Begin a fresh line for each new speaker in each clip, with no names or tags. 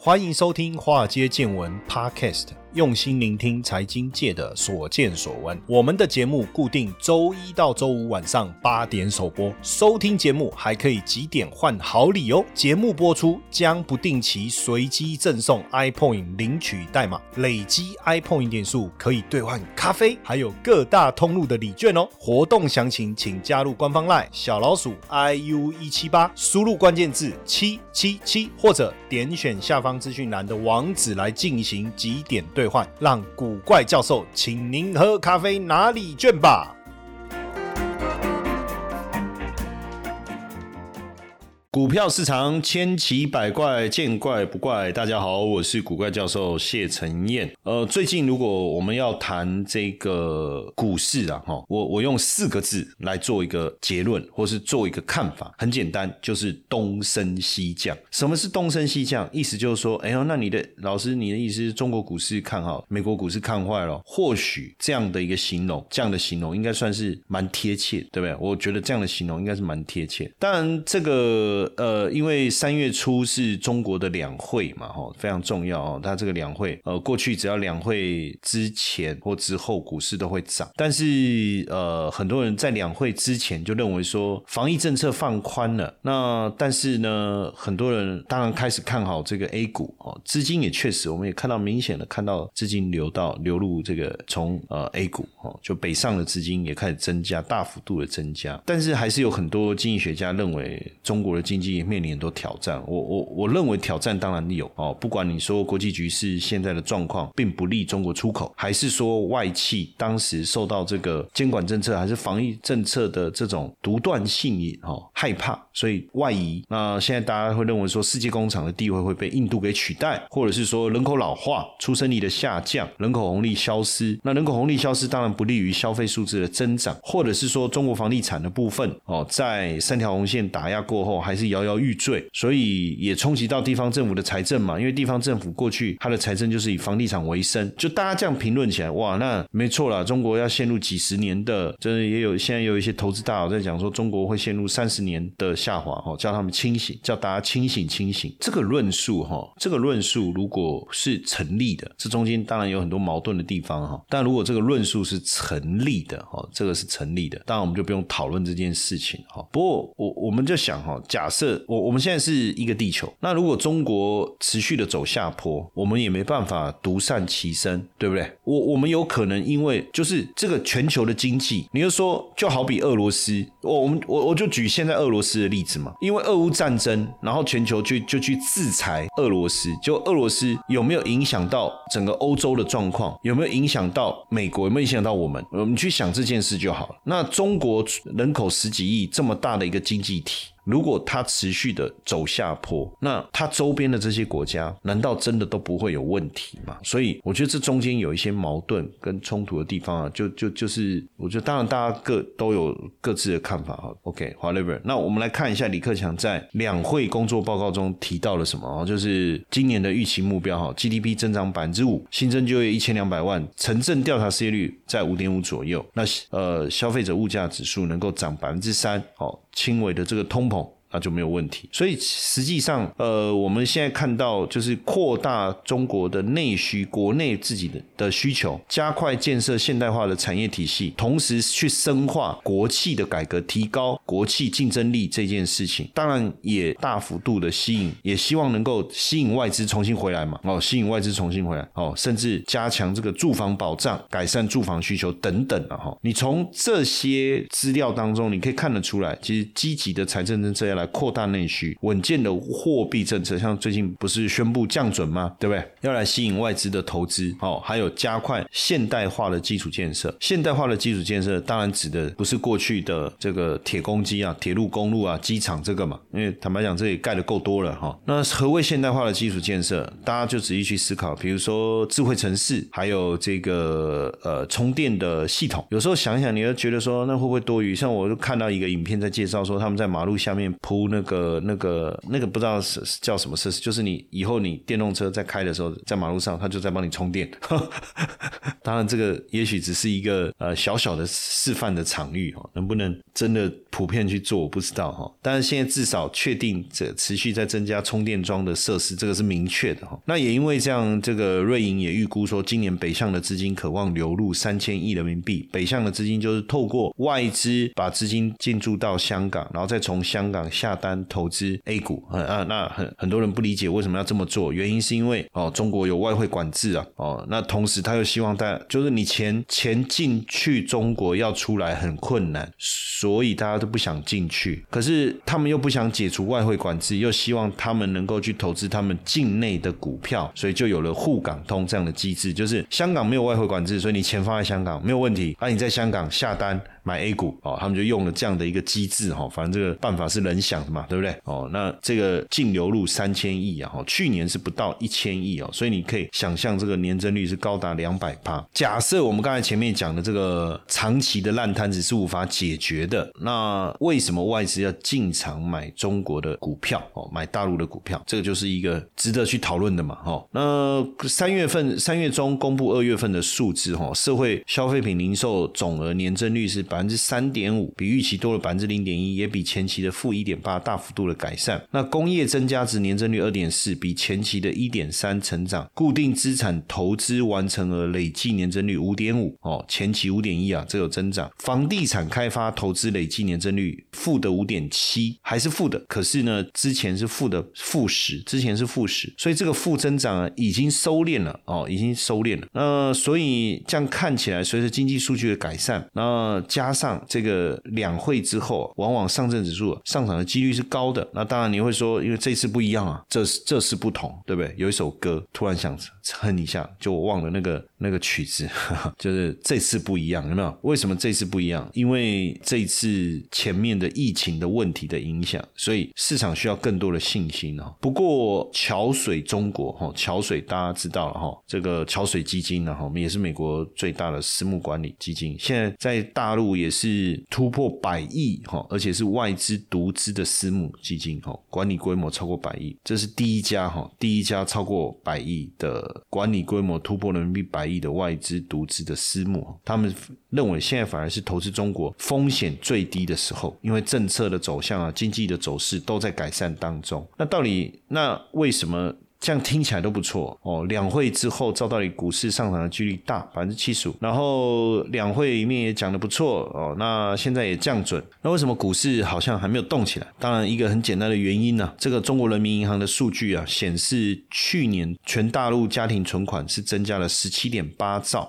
欢迎收听华尔街见闻 Podcast， 用心聆听财经界的所见所闻。我们的节目固定周一到周五晚上8点首播，收听节目还可以集点换好礼哦。节目播出将不定期随机赠送 iPoint 领取代码，累积 iPoint 点数可以兑换咖啡，还有各大通路的礼券哦。活动详情请加入官方 LINE 小老鼠 IU178， 输入关键字777，或者点选下方资讯栏的网址来进行集点兑换，让古怪教授请您喝咖啡拿礼券吧。股票市场千奇百怪，见怪不怪。大家好，我是古怪教授谢承彦。最近如果我们要谈这个股市啊，我用4个字来做一个结论，或是做一个看法，很简单，就是东升西降。什么是东升西降？意思就是说，那老师你的意思是中国股市看好，美国股市看坏了？或许这样的一个形容，这样的形容应该算是蛮贴切，对不对？我觉得这样的形容应该是蛮贴切。当然这个因为3月初是中国的两会嘛，非常重要它这个两会过去只要两会之前或之后股市都会涨，但是很多人在两会之前就认为说防疫政策放宽了，那但是呢很多人当然开始看好这个 A 股资金也确实我们也看到明显的看到资金流入这个从A 股就北上的资金也开始增加，大幅度的增加，但是还是有很多经济学家认为中国的经济面临很多挑战。我认为挑战当然有不管你说国际局势现在的状况并不利中国出口，还是说外企当时受到这个监管政策还是防疫政策的这种独断性害怕，所以外移。那现在大家会认为说世界工厂的地位会被印度给取代，或者是说人口老化、出生率的下降、人口红利消失。那人口红利消失当然不利于消费数字的增长，或者是说中国房地产的部分在3条红线打压过后还是摇摇欲坠，所以也冲击到地方政府的财政嘛，因为地方政府过去它的财政就是以房地产为生，就大家这样评论起来，哇，那没错啦，中国要陷入几十年的，真的现在有一些投资大佬在讲说中国会陷入30年的下滑，叫他们清醒，叫大家清醒。这个论述如果是成立的，这中间当然有很多矛盾的地方但如果这个论述是成立的，这个是成立的，当然我们就不用讨论这件事情。不过我们就想假设我们现在是一个地球，那如果中国持续的走下坡，我们也没办法独善其身，对不对？我们有可能因为就是这个全球的经济，你就说就好比俄罗斯，我就举现在俄罗斯的例子嘛，因为俄乌战争，然后全球就去制裁俄罗斯，就俄罗斯有没有影响到整个欧洲的状况，有没有影响到美国，有没有影响到我们去想这件事就好了。那中国人口10几亿这么大的一个经济体，如果它持续的走下坡，那它周边的这些国家难道真的都不会有问题吗？所以我觉得这中间有一些矛盾跟冲突的地方就是我觉得当然大家都有各自的看法OK whatever。 那我们来看一下李克强在两会工作报告中提到了什么就是今年的预期目标GDP 增长 5%， 新增就业1200万，城镇调查失业率在 5.5 左右，那消费者物价指数能够涨 3%， 轻微的这个通膨那就没有问题。所以实际上我们现在看到就是扩大中国的内需，国内自己的需求，加快建设现代化的产业体系，同时去深化国企的改革，提高国企竞争力这件事情，当然也大幅度的也希望能够吸引外资重新回来嘛吸引外资重新回来甚至加强这个住房保障，改善住房需求等等你从这些资料当中你可以看得出来，其实积极的财政政策要来扩大内需，稳健的货币政策，像最近不是宣布降准吗？对不对？要来吸引外资的投资还有加快现代化的基础建设。现代化的基础建设当然指的不是过去的这个铁公鸡铁路公路机场这个嘛，因为坦白讲这也盖得够多了那何谓现代化的基础建设？大家就仔细去思考，比如说智慧城市，还有这个充电的系统。有时候想一想你就觉得说那会不会多余，像我就看到一个影片在介绍说他们在马路下面那个不知道是叫什么设施，就是你以后你电动车在开的时候，在马路上它就在帮你充电。当然这个也许只是一个小小的示范的场域，能不能真的普遍去做我不知道。但是现在至少确定这持续在增加充电桩的设施，这个是明确的。那也因为这样，这个瑞银也预估说今年北向的资金渴望流入3000亿人民币。北向的资金就是透过外资把资金进驻到香港，然后再从香港下单投资 A 股。那很多人不理解为什么要这么做，原因是因为中国有外汇管制啊。那同时他又希望大家就是你钱进去中国要出来很困难，所以大家都不想进去。可是他们又不想解除外汇管制，又希望他们能够去投资他们境内的股票，所以就有了沪港通这样的机制，就是香港没有外汇管制，所以你钱放在香港没有问题，你在香港下单买 A 股，他们就用了这样的一个机制，反正这个办法是人想的嘛，对不对？那这个净流入3000亿啊，去年是不到1000亿，所以你可以想象这个年增率是高达200%。假设我们刚才前面讲的这个长期的烂摊子是无法解决的，那为什么外资要进场买中国的股票，买大陆的股票？这个就是一个值得去讨论的嘛。那3月中公布2月份的数字，社会消费品零售总额年增率是3.5%，比预期多了 0.1%， 也比前期的负 1.8% 大幅度的改善。那工业增加值年增率 2.4%， 比前期的 1.3% 成长。固定资产投资完成额累计年增率 5.5%， 前期 5.1% 这有增长。房地产开发投资累计年增率负的 5.7%， 还是负的，可是呢之前是负10%，之前是负10%，所以这个负增长已经收敛了，已经收敛了。所以这样看起来，随着经济数据的改善，那加上这个两会之后，往往上证指数上涨的几率是高的。那当然你会说，因为这次不一样啊，这是不同，对不对？有一首歌突然想哼一下，就我忘了那个曲子，就是这次不一样，有没有？为什么这次不一样？因为这次前面的疫情的问题的影响，所以市场需要更多的信心。不过桥水中国，桥水大家知道了，这个桥水基金呢，也是美国最大的私募管理基金，现在在大陆也是突破100亿，而且是外资独资的私募基金，管理规模超过100亿，这是第一家超过100亿的管理规模突破人民币100亿的外资独资的私募。他们认为现在反而是投资中国风险最低的时候，因为政策的走向经济的走势都在改善当中。那为什么这样听起来都不错两会之后照道理股市上涨的几率大 75%， 然后两会里面也讲得不错那现在也降准，那为什么股市好像还没有动起来？当然一个很简单的原因这个中国人民银行的数据显示去年全大陆家庭存款是增加了 17.8 兆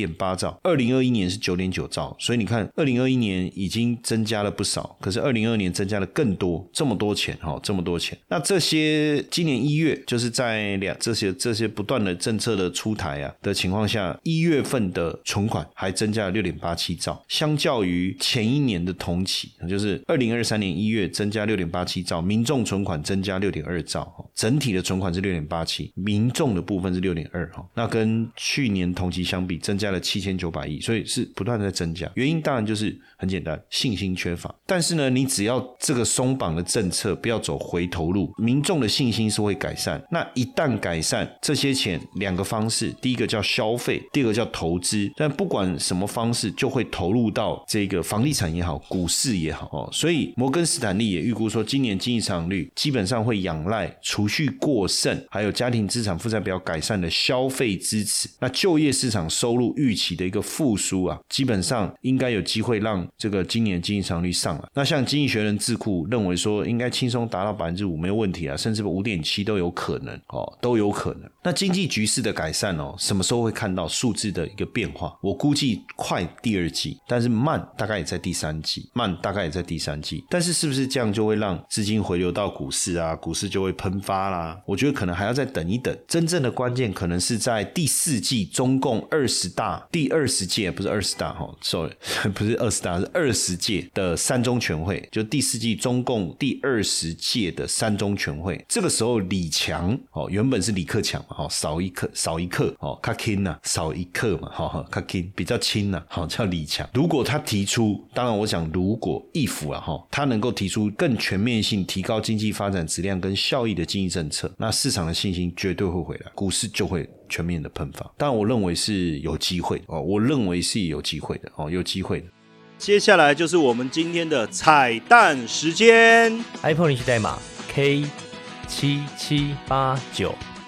2021年是 9.9 兆，所以你看2021年已经增加了不少，可是2022年增加了更多，这么多钱。那这些今年1月就是在这些不断的政策的出台的情况下，1月份的存款还增加了 6.87 兆，相较于前一年的同期，就是2023年1月增加 6.87 兆，民众存款增加 6.2 兆，整体的存款是 6.87， 民众的部分是 6.2， 那跟去年同期相比增加了7900亿，所以是不断的在增加。原因当然就是很简单，信心缺乏。但是呢，你只要这个松绑的政策不要走回头路，民众的信心是会改善。那一旦改善，这些钱两个方式，第一个叫消费，第二个叫投资，但不管什么方式就会投入到这个房地产也好，股市也好所以摩根斯坦利也预估说，今年经济成长率基本上会仰赖储蓄过剩，还有家庭资产负债表改善的消费支持。那就业市场收入预期的一个复苏基本上应该有机会让这个今年经济成长率上来。那像经济学人智库认为说，应该轻松达到 5% 没有问题甚至 5.7 都有可能都有可能。那经济局势的改善什么时候会看到数字的一个变化？我估计快第二季，但是慢大概也在第三季，但是是不是这样就会让资金回流到股市股市就会喷发啦？我觉得可能还要再等一等，真正的关键可能是在第4季中共20大第20届，不是20大sorry 不是20大，是20届的三中全会，就第4季中共第20届的三中全会。这个时候李强原本是李克强嘛，少一克较轻啊，少一克嘛，较轻比较轻啊，叫李强。如果他提出，当然我想如果if他能够提出更全面性提高经济发展质量跟效益的经济政策，那市场的信心绝对会回来，股市就会全面的喷发。当然我认为是有机会我认为是有机会的有机会的。
接下来就是我们今天的彩蛋时间
，iPhone 领取代码 K7789。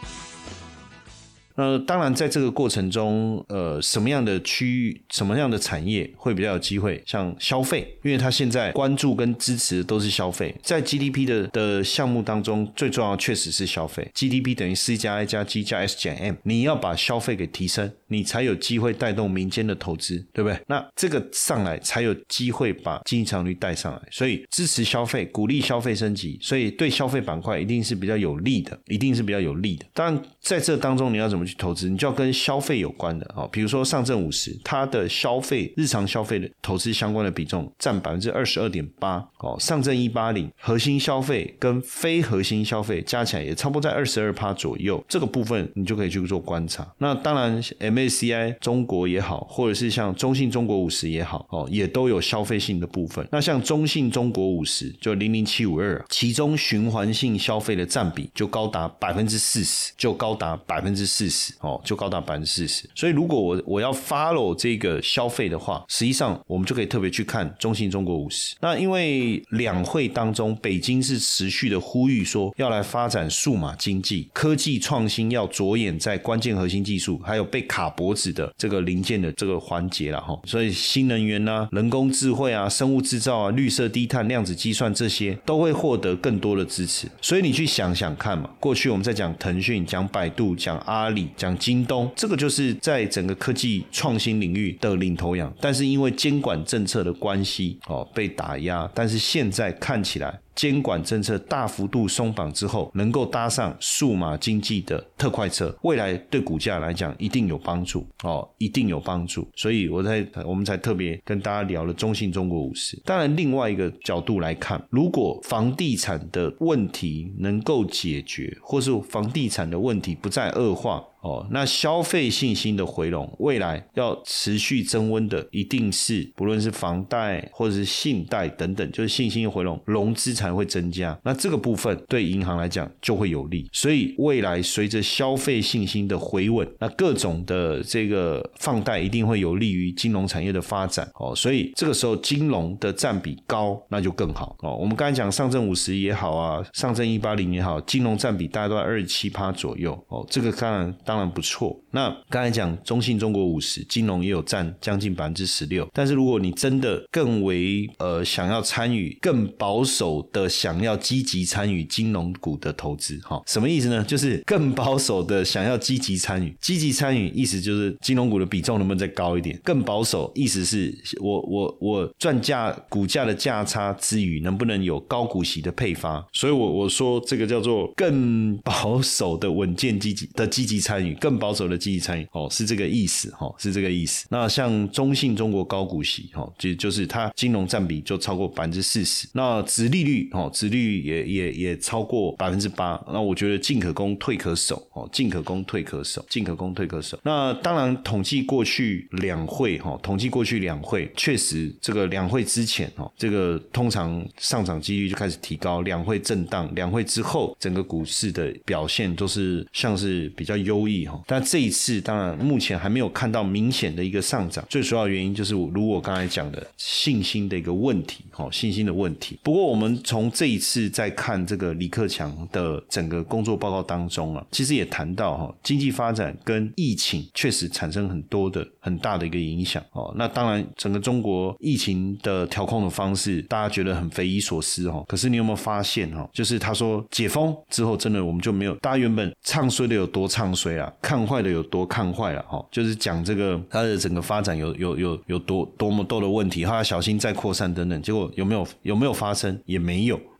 当然在这个过程中什么样的区域什么样的产业会比较有机会，像消费，因为它现在关注跟支持的都是消费，在 GDP 的项目当中最重要的确实是消费， GDP 等于 C 加 I 加 G 加 S 减 M， 你要把消费给提升，你才有机会带动民间的投资，对不对？那这个上来才有机会把经济成长率带上来，所以支持消费，鼓励消费升级，所以对消费板块一定是比较有利的，一定是比较有利的。当然在这当中你要怎么去投资，你就要跟消费有关的比如说上证50它的消费日常消费的投资相关的比重占 22.8%上证180核心消费跟非核心消费加起来也差不多在 22% 左右，这个部分你就可以去做观察。那当然 MSCI 中国也好，或者是像中信中国50也好也都有消费性的部分。那像中信中国50就00752其中循环性消费的占比就高达 40%， 就高达 40%所以如果我要 follow 这个消费的话，实际上我们就可以特别去看中信中国50。那因为两会当中北京是持续的呼吁说要来发展数码经济，科技创新要着眼在关键核心技术还有被卡脖子的这个零件的这个环节啦所以新能源啊、人工智慧啊、生物制造啊、绿色低碳、量子计算这些都会获得更多的支持。所以你去想想看嘛，过去我们在讲腾讯、讲百度、讲阿里、讲京东，这个就是在整个科技创新领域的领头羊，但是因为监管政策的关系被打压，但是现在看起来监管政策大幅度松绑之后，能够搭上数码经济的特快车，未来对股价来讲一定有帮助一定有帮助。所以我们才特别跟大家聊了中信中国50。当然另外一个角度来看，如果房地产的问题能够解决，或是房地产的问题不再恶化那消费信心的回笼，未来要持续增温的一定是不论是房贷或者是信贷等等，就是信心回笼，融资才会增加，那这个部分对银行来讲就会有利。所以未来随着消费信心的回稳，那各种的这个放贷一定会有利于金融产业的发展所以这个时候金融的占比高那就更好我们刚才讲上证50也好啊，上证180也好，金融占比大概都在 27% 左右这个当然不错。那刚才讲中信中国50金融也有占将近 16%， 但是如果你真的更为想要参与，更保守的想要积极参与金融股的投资什么意思呢？就是更保守的想要积极参与，积极参与意思就是金融股的比重能不能再高一点，更保守意思是我赚股价的价差之余能不能有高股息的配发。所以我说这个叫做更保守的稳健积极参与，更保守的积极参与是这个意思是这个意思。那像中信中国高股息就是它金融占比就超过 40%， 那殖利率也超过 8%， 那我觉得进可攻退可守进可攻退可守。那当然统计过去两会确实这个两会之前这个通常上涨几率就开始提高，两会震荡，两会之后整个股市的表现都是像是比较优异但这一次当然目前还没有看到明显的一个上涨，最主要的原因就是如我刚才讲的信心的一个问题信心的问题。不过我们从这一次在看这个李克强的整个工作报告当中其实也谈到经济发展跟疫情确实产生很大的一个影响那当然整个中国疫情的调控的方式大家觉得很匪夷所思可是你有没有发现就是他说解封之后真的我们就没有大家原本唱衰的有多唱衰看坏的有多看坏就是讲这个它的整个发展有多么多的问题，它要小心再扩散等等，结果有没有发生？也没有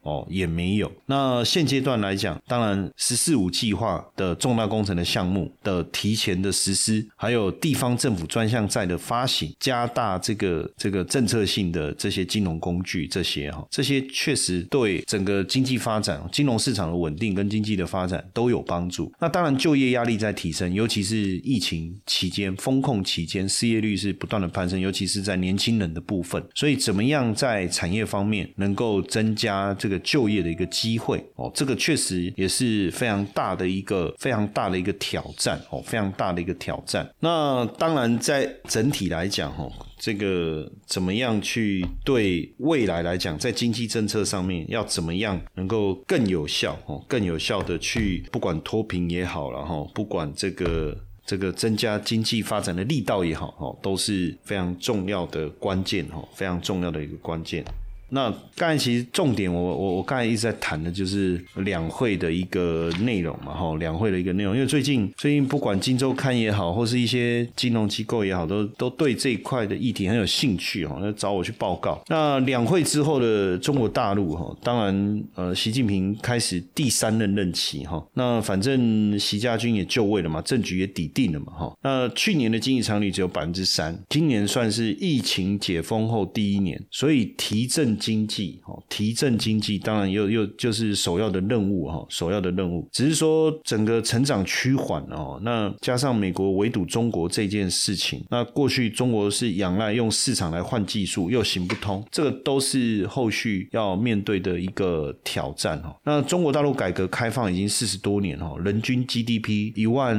也没有。那现阶段来讲，当然14-5计划的重大工程的项目的提前的实施，还有地方政府专项债的发行，加大这个政策性的这些金融工具，这些确实对整个经济发展、金融市场的稳定跟经济的发展都有帮助。那当然就业压力在提升，尤其是疫情期间、封控期间，失业率是不断的攀升，尤其是在年轻人的部分。所以怎么样在产业方面能够增加这个就业的一个机会，这个确实也是非常大的一个挑战，非常大的一个挑战。那当然在整体来讲，这个怎么样去对未来来讲，在经济政策上面要怎么样能够更有效的去，不管脱贫也好啦，不管这个增加经济发展的力道也好，都是非常重要的关键，非常重要的一个关键。那刚才其实重点我刚才一直在谈的就是两会的一个内容嘛，两会的一个内容，因为最近不管今周刊也好，或是一些金融机构也好，都对这一块的议题很有兴趣，找我去报告。那两会之后的中国大陆，当然习近平开始第3任任期，那反正习家军也就位了嘛，政局也底定了嘛，那去年的经济成长率只有 3%， 今年算是疫情解封后第一年，所以提振经济当然又就是首要的任务，只是说整个成长趋缓，那加上美国围堵中国这件事情，那过去中国是仰赖用市场来换技术又行不通，这个都是后续要面对的一个挑战。那中国大陆改革开放已经40多年，人均 GDP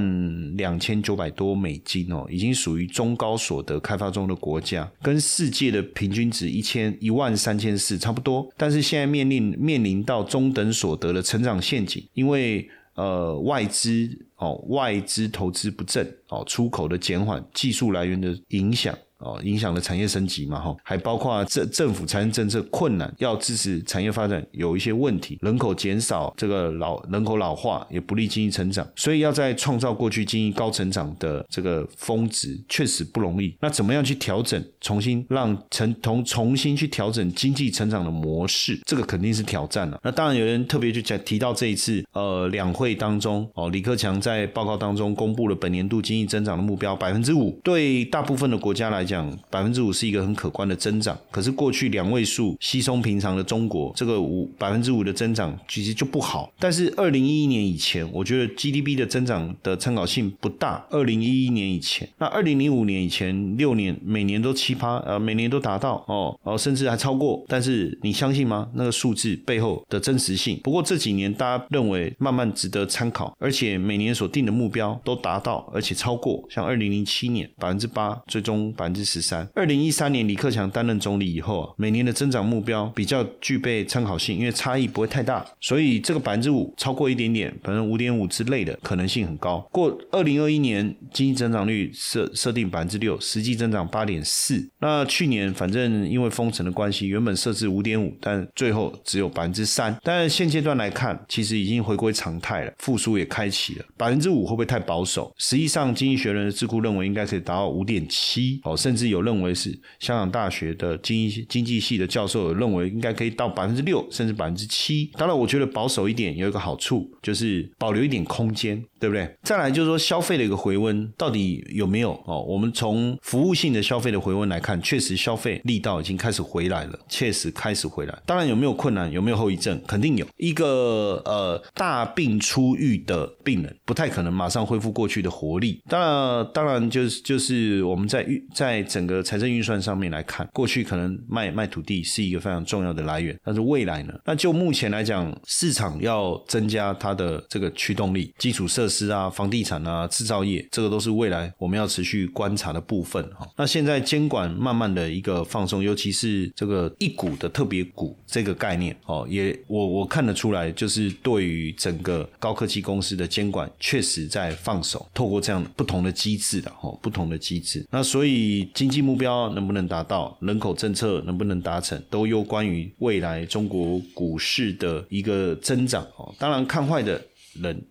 12900多美金，已经属于中高所得开发中的国家，跟世界的平均值13400差不多，但是现在面临到中等所得的成长陷阱，因为外资投资不振，出口的减缓，技术来源的影响了产业升级嘛，还包括政府财政政策困难，要支持产业发展有一些问题，人口减少，这个人口老化也不利经济成长，所以要在创造过去经济高成长的这个峰值确实不容易。那怎么样去调整，重新去调整经济成长的模式，这个肯定是挑战了。那当然有人特别去提到这一次两会当中，李克强在报告当中公布了本年度经济增长的目标 5%， 对大部分的国家来讲 5% 是一个很可观的增长，可是过去2位数稀松平常的中国，这个 5% 的增长其实就不好。但是2011年以前，我觉得 GDP 的增长的参考性不大。2011年以前，那2005年以前6年每年都7%，每年都达到甚至还超过，但是你相信吗？那个数字背后的真实性？不过这几年大家认为慢慢值得参考，而且每年所定的目标都达到，而且超过，像2007年 8%， 最终 13%。 2013年李克强担任总理以后，每年的增长目标比较具备参考性，因为差异不会太大，所以这个 5% 超过一点点，可能 5.5 之类的可能性很高。过2021年经济增长率设定 6%， 实际增长 8.4%。 那去年反正因为封城的关系，原本设置 5.5， 但最后只有 3%。 但现阶段来看，其实已经回归常态了，复苏也开启了。 5% 会不会太保守？实际上经济学人的智库认为应该可以达到 5.7%， 甚至有认为是香港大学的经济系的教授有认为应该可以到 6%， 甚至 7%。 当然我觉得保守一点有一个好处，就是保留一点空间，对不对？再来就是说消费的一个回温到底有没有我们从服务性的消费的回温来看，确实消费力道已经开始回来了，确实开始回来。当然有没有困难，有没有后遗症，肯定有。一个大病初愈的病人不太可能马上恢复过去的活力。当然就是我们在整个财政预算上面来看，过去可能卖土地是一个非常重要的来源，但是未来呢？那就目前来讲，市场要增加它的这个驱动力，基础设施啊、房地产啊、制造业，这个都是未来我们要持续观察的部分。那现在监管慢慢的一个放松，尤其是这个一股的特别股这个概念也我看得出来，就是对于整个高科技公司的监管确实在放手，透过这样不同的机制的不同的机制。那所以经济目标能不能达到，人口政策能不能达成，都攸关于未来中国股市的一个增长。当然看坏的人有，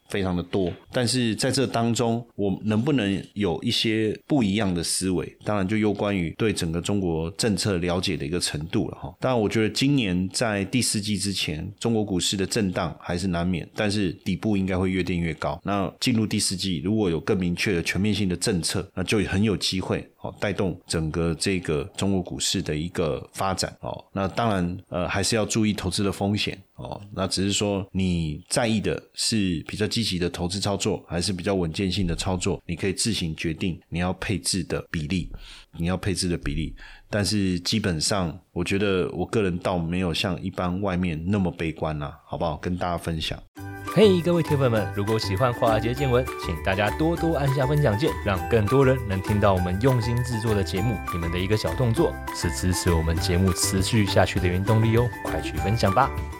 非常的多，但是在这当中我能不能有一些不一样的思维，当然就攸关于对整个中国政策了解的一个程度了齁。当然我觉得今年在第4季之前，中国股市的震荡还是难免，但是底部应该会越垫越高。那进入第4季如果有更明确的全面性的政策，那就很有机会带动整个这个中国股市的一个发展那当然还是要注意投资的风险那只是说你在意的是比较积极的投资操作，还是比较稳健性的操作，你可以自行决定你要配置的比例，但是基本上我觉得我个人倒没有像一般外面那么悲观啦，好不好？跟大家分享。
嘿，各位铁粉们，如果喜欢华尔街见闻，请大家多多按下分享键，让更多人能听到我们用心制作的节目。你们的一个小动作是支持我们节目持续下去的原动力哦，快去分享吧。